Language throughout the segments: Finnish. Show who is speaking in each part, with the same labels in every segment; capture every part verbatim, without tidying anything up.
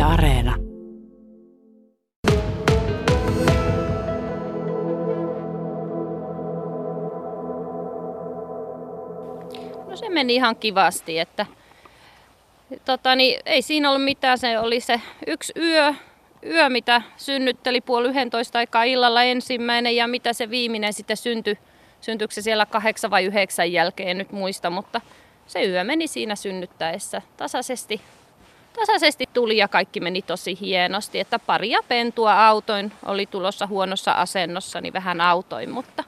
Speaker 1: Areena.
Speaker 2: No se meni ihan kivasti, että tota, niin, ei siinä ollut mitään. Se oli se yksi yö, yö mitä synnytteli puoli yhdentoista aikaa illalla ensimmäinen ja mitä se viimeinen sitten syntyi. Syntyykö se siellä kahdeksan vai yhdeksän jälkeen, en nyt muista, mutta se yö meni siinä synnyttäessä tasaisesti. Tasaisesti tuli ja kaikki meni tosi hienosti, että paria pentua autoin, oli tulossa huonossa asennossa, niin vähän autoin, mutta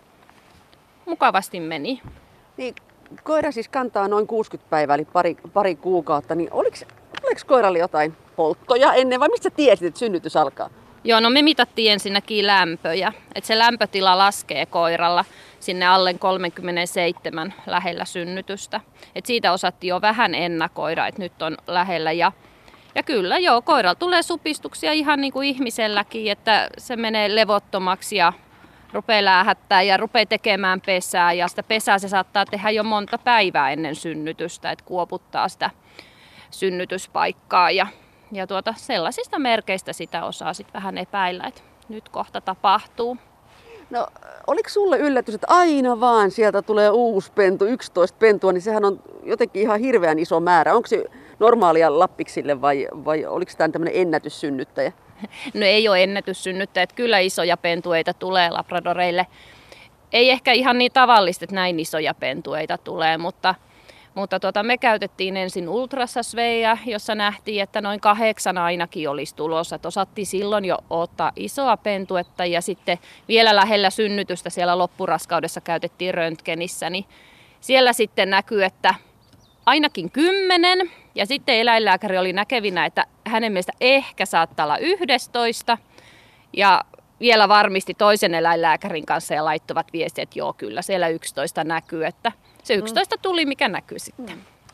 Speaker 2: mukavasti meni.
Speaker 3: Niin, koira siis kantaa noin kuusikymmentä päivää, eli pari, pari kuukautta, niin oliko, oliko koiralle jotain polttoja ennen vai mistä tiesit, että synnytys alkaa?
Speaker 2: Joo, no me mitattiin ensinnäkin lämpöjä, että se lämpötila laskee koiralla sinne alle kolmekymmentäseitsemän lähellä synnytystä. Et siitä osattiin jo vähän ennakoida, että nyt on lähellä. Ja, ja kyllä, joo, koiralla tulee supistuksia ihan niin kuin ihmiselläkin, että se menee levottomaksi ja rupeaa läähättää ja rupeaa tekemään pesää. Ja sitä pesää se saattaa tehdä jo monta päivää ennen synnytystä, että kuoputtaa sitä synnytyspaikkaa. Ja, ja tuota, sellaisista merkeistä sitä osaa sitten vähän epäillä, että nyt kohta tapahtuu.
Speaker 3: No, oliko sulle yllätys, että aina vaan sieltä tulee uusi pentu, yksitoista pentua, niin sehän on jotenkin ihan hirveän iso määrä. Onko se normaalia lappiksille vai, vai oliko tämä tämmöinen ennätyssynnyttäjä?
Speaker 2: No ei ole ennätyssynnyttäjä, että kyllä isoja pentueita tulee labradoreille. Ei ehkä ihan niin tavallista, että näin isoja pentueita tulee, mutta, mutta tuota, me käytettiin ensin ultrassa Svea, jossa nähtiin, että noin kahdeksan ainakin olisi tulossa. Että osattiin silloin jo ottaa isoa pentuetta ja sitten vielä lähellä synnytystä siellä loppuraskaudessa käytettiin röntgenissä, niin siellä sitten näkyy, että ainakin kymmenen ja sitten eläinlääkäri oli näkevinä, että hänen mielestä ehkä saattaa olla yksitoista ja vielä varmisti toisen eläinlääkärin kanssa ja laittoivat viestiä, että joo kyllä siellä yksitoista näkyy, että se yksitoista tuli mikä näkyy sitten.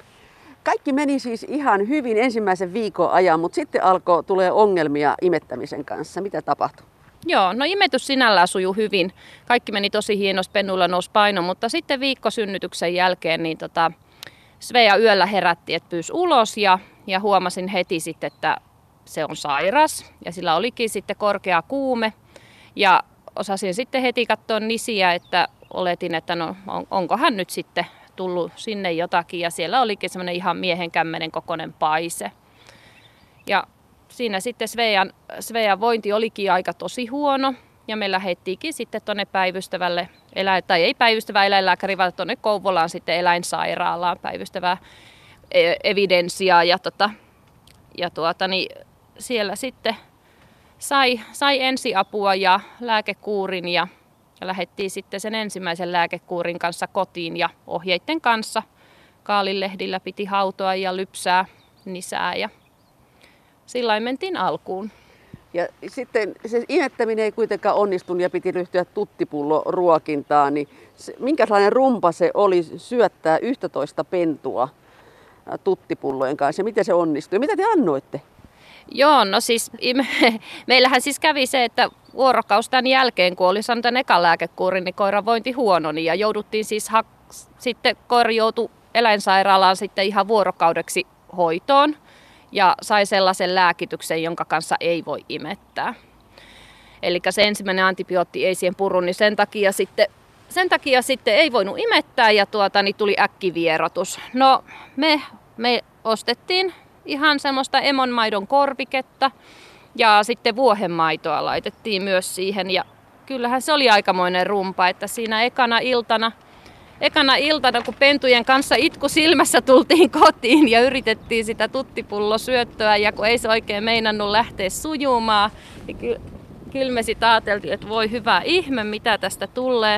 Speaker 3: Kaikki meni siis ihan hyvin ensimmäisen viikon ajan, mutta sitten alkoi tulee ongelmia imettämisen kanssa. Mitä tapahtui?
Speaker 2: Joo, no imetys sinällään sujuu hyvin. Kaikki meni tosi hienosti, pennuilla nousi paino, mutta sitten viikkosynnytyksen jälkeen niin tota, Svea yöllä herätti, että pyysi ulos ja, ja huomasin heti sitten, että se on sairas ja sillä olikin sitten korkea kuume ja osasin sitten heti katsoa nisiä, että oletin, että no on, onkohan nyt sitten tullut sinne jotakin ja siellä olikin semmoinen ihan miehen kämmenen kokoinen paise. Ja siinä sitten Svean, Svean vointi olikin aika tosi huono ja me lähdettiinkin sitten tuonne päivystävälle, elä, tai ei päivystävä eläinlääkäri, vaan tuonne Kouvolaan sitten eläinsairaalaan päivystävää evidenssiä ja, tota, ja tuota, niin siellä sitten sai, sai ensiapua ja lääkekuurin ja, ja lähdettiin sitten sen ensimmäisen lääkekuurin kanssa kotiin ja ohjeiden kanssa. Kaalinlehdillä piti hautoa ja lypsää nisää ja sillä mentiin alkuun.
Speaker 3: Ja sitten se imettäminen ei kuitenkaan onnistunut ja piti ryhtyä tuttipulloruokintaan, niin se, minkälainen rumpa se oli syöttää yksitoista pentua tuttipullojen kanssa ja miten se onnistui? Ja mitä te annoitte?
Speaker 2: Joo, no siis meillähän siis kävi se, että vuorokaus tämän jälkeen, kun oli saanut tämän ekan lääkekuurin, niin koiran vointi huononi ja jouduttiin siis, ha- sitten koira joutui eläinsairaalaan sitten ihan vuorokaudeksi hoitoon ja sai sellaisen lääkityksen, jonka kanssa ei voi imettää. Eli se ensimmäinen antibiootti ei siihen purru, niin sen takia sitten, sen takia sitten ei voinut imettää ja tuota, niin tuli äkkivierotus. No me, me ostettiin ihan semmoista emonmaidon korviketta ja sitten vuohenmaitoa laitettiin myös siihen ja kyllähän se oli aikamoinen rumpa, että siinä ekana iltana, ekana iltana kun pentujen kanssa itku silmässä tultiin kotiin ja yritettiin sitä tuttipullosyöttöä ja kun ei se oikein meinannut lähteä sujumaan, niin ky- kyllä me sitten ajateltiin, että voi hyvä ihme, mitä tästä tulee.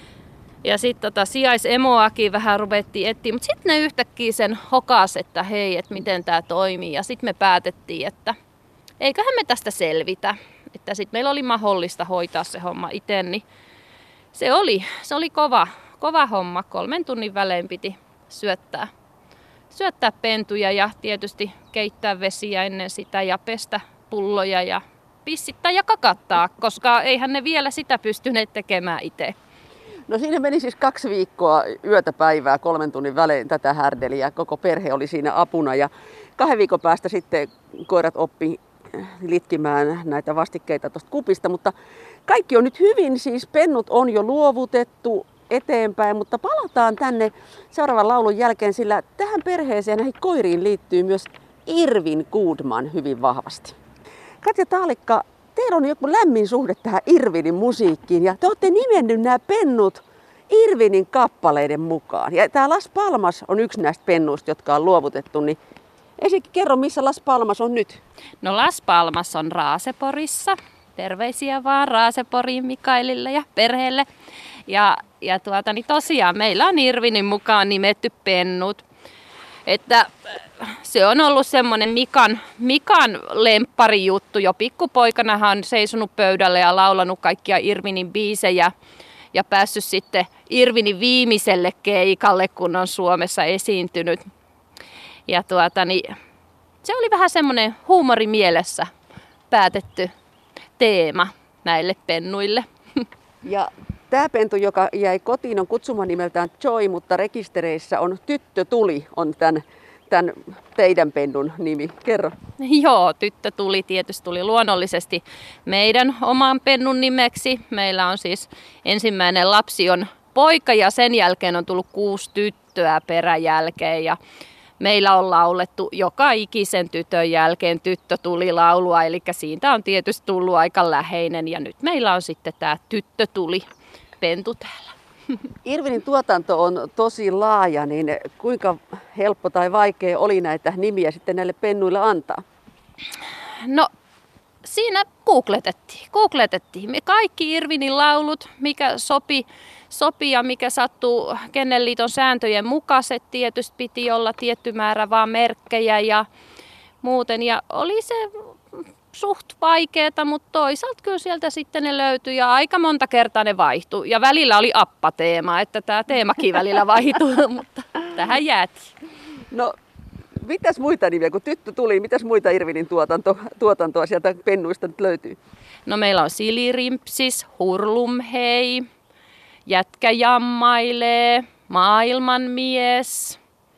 Speaker 2: Ja sitten tota, sijaisemoakin vähän ruvettiin etsiä, mutta sitten ne yhtäkkiä sen hokas, että hei, että miten tämä toimii. Ja sitten me päätettiin, että eiköhän me tästä selvitä. Että sitten meillä oli mahdollista hoitaa se homma itse, niin se oli, se oli kova, kova homma. Kolmen tunnin välein piti syöttää, syöttää pentuja ja tietysti keittää vesiä ennen sitä ja pestä pulloja ja pissittää ja kakattaa, koska eihän ne vielä sitä pystyneet tekemään itse.
Speaker 3: No siinä meni siis kaksi viikkoa yötä päivää kolmen tunnin välein tätä härdeliä. Koko perhe oli siinä apuna ja kahden viikon päästä sitten koirat oppi litkimään näitä vastikkeita tuosta kupista, mutta kaikki on nyt hyvin, siis pennut on jo luovutettu eteenpäin, mutta palataan tänne seuraavan laulun jälkeen, sillä tähän perheeseen näihin koiriin liittyy myös Irvin Goodman hyvin vahvasti. Katja Taalikka, teillä on joku lämmin suhde tähän Irvinin musiikkiin ja te olette nimennyt nämä pennut Irvinin kappaleiden mukaan. Ja tämä Las Palmas on yksi näistä pennuista, jotka on luovutettu, niin ensinnäkin kerro, missä Las Palmas on nyt?
Speaker 2: No Las Palmas on Raaseporissa. Terveisiä vaan Raaseporiin Mikaelille ja perheelle. Ja, ja tuota, niin tosiaan meillä on Irvinin mukaan nimetty pennut. Että se on ollut semmoinen Mikan, Mikan lempparijuttu. Jo pikkupoikana hän on seisonut pöydälle ja laulanut kaikkia Irvinin biisejä. Ja päässyt sitten Irvinin viimeiselle keikalle, kun on Suomessa esiintynyt. Ja tuota, niin, se oli vähän semmoinen huumorimielessä päätetty teema näille pennuille.
Speaker 3: Ja tämä pentu, joka jäi kotiin, on kutsuma nimeltään Joy, mutta rekistereissä on Tyttö Tuli, on tämän, tämän teidän pennun nimi. Kerro.
Speaker 2: Joo, Tyttö Tuli tietysti tuli luonnollisesti meidän oman pennun nimeksi. Meillä on siis ensimmäinen lapsi on poika ja sen jälkeen on tullut kuusi tyttöä peräjälkeen. Ja meillä on laulettu joka ikisen tytön jälkeen Tyttö Tuli laulua, eli siitä on tietysti tullut aika läheinen ja nyt meillä on sitten tämä Tyttö Tuli pentu täällä.
Speaker 3: Irvinin tuotanto on tosi laaja, niin kuinka helppo tai vaikea oli näitä nimiä sitten näille pennuille antaa?
Speaker 2: No siinä googletettiin, googletettiin. Me kaikki Irvinin laulut, mikä sopi, sopi ja mikä sattuu Kennelliiton sääntöjen mukaiset. Tietysti piti olla tietty määrä vaan merkkejä ja muuten. Ja oli se suht vaikeeta, mutta toisaalta kyllä sieltä sitten ne löytyi ja aika monta kertaa ne vaihtui. Ja välillä oli appateema, että tämä teemakin välillä vaihtui, mutta tähän jäätiin.
Speaker 3: No, mitäs muita nimiä, kun Tyttö Tuli, mitäs muita Irvinin tuotanto, tuotantoa sieltä pennuista nyt löytyy?
Speaker 2: No meillä on Silirimpsis, Hurlumhei, Jätkä jammailee, Maailmanmies,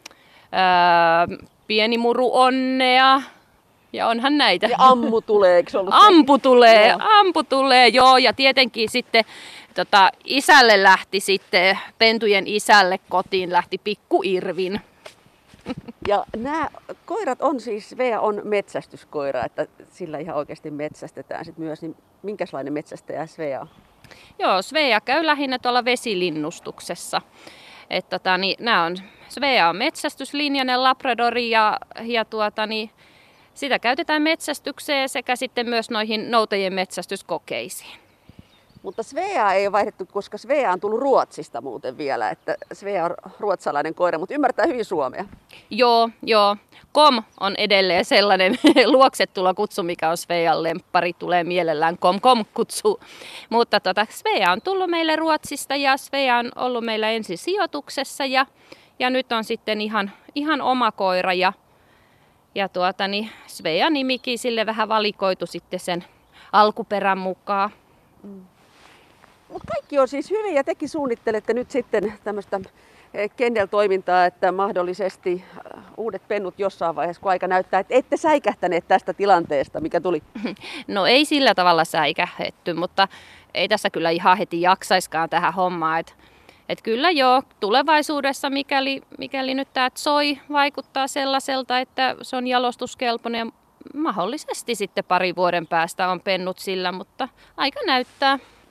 Speaker 2: ää, Pieni muru onnea. Ja onhan näitä.
Speaker 3: Ja Ammu tulee, eikö ollut?
Speaker 2: Ampu tulee,
Speaker 3: joo.
Speaker 2: ampu tulee, joo. Ja tietenkin sitten tota, isälle lähti sitten, pentujen isälle kotiin lähti Pikku Irvin.
Speaker 3: Ja nämä koirat on siis, Svea on metsästyskoira, että sillä ihan oikeasti metsästetään sit myös. Niin minkälainen metsästäjä Svea on?
Speaker 2: Joo, Svea käy lähinnä tuolla vesilinnustuksessa. Et tota, niin, nämä on, Svea on metsästyslinjainen labradori ja, ja tuota, niin, sitä käytetään metsästykseen sekä sitten myös noihin noutajien metsästyskokeisiin.
Speaker 3: Mutta Svea ei ole vaihdettu, koska Svea on tullut Ruotsista muuten vielä, että Svea on ruotsalainen koira, mutta ymmärtää hyvin suomea.
Speaker 2: Joo, joo. Kom on edelleen sellainen luoksetulo kutsu, mikä on Svean lemppari, tulee mielellään kom kom kutsu. Mutta tota, Svea on tullut meille Ruotsista ja Svea on ollut meillä ensin sijoituksessa ja, ja nyt on sitten ihan, ihan oma koira ja Ja tuota, niin Svea nimikin sille vähän valikoitu sitten sen alkuperän mukaan.
Speaker 3: Mm. Mutta kaikki on siis hyvin ja tekin suunnittelette nyt sitten tämmöistä kennel-toimintaa, että mahdollisesti uudet pennut jossain vaiheessa, kun aika näyttää, että ette säikähtäneet tästä tilanteesta, mikä tuli.
Speaker 2: No ei sillä tavalla säikähetty, mutta ei tässä kyllä ihan heti jaksaiskaan tähän hommaan. Et, et kyllä joo, tulevaisuudessa mikäli, mikäli nyt tämä soi vaikuttaa sellaiselta, että se on jalostuskelpoinen ja mahdollisesti sitten pari vuoden päästä on pennut sillä, mutta aika näyttää.